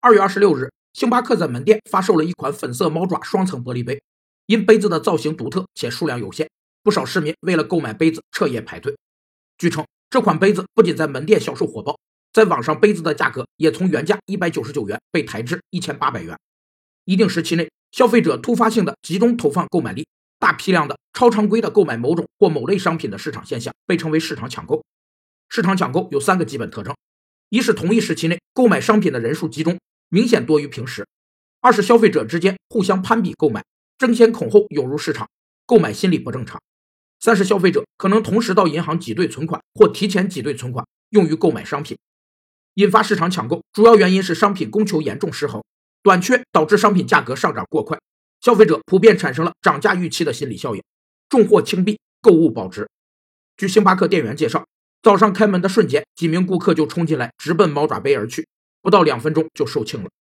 2月26日，星巴克在门店发售了一款粉色猫爪双层玻璃杯，因杯子的造型独特且数量有限，不少市民为了购买杯子彻夜排队。据称，这款杯子不仅在门店销售火爆，在网上杯子的价格也从原价199元被抬至1800元。一定时期内，消费者突发性的集中投放购买力，大批量的超常规的购买某种或某类商品的市场现象被称为市场抢购。市场抢购有3个基本特征：一是同一时期内购买商品的人数集中，明显多于平时；二是消费者之间互相攀比购买，争先恐后涌入市场，购买心理不正常；三是消费者可能同时到银行挤兑存款或提前挤兑存款，用于购买商品。引发市场抢购主要原因是商品供求严重失衡，短缺导致商品价格上涨过快，消费者普遍产生了涨价预期的心理效应，重货轻币，购物保值。据星巴克店员介绍，早上开门的瞬间，几名顾客就冲进来直奔猫爪杯而去，不到2分钟就售罄了。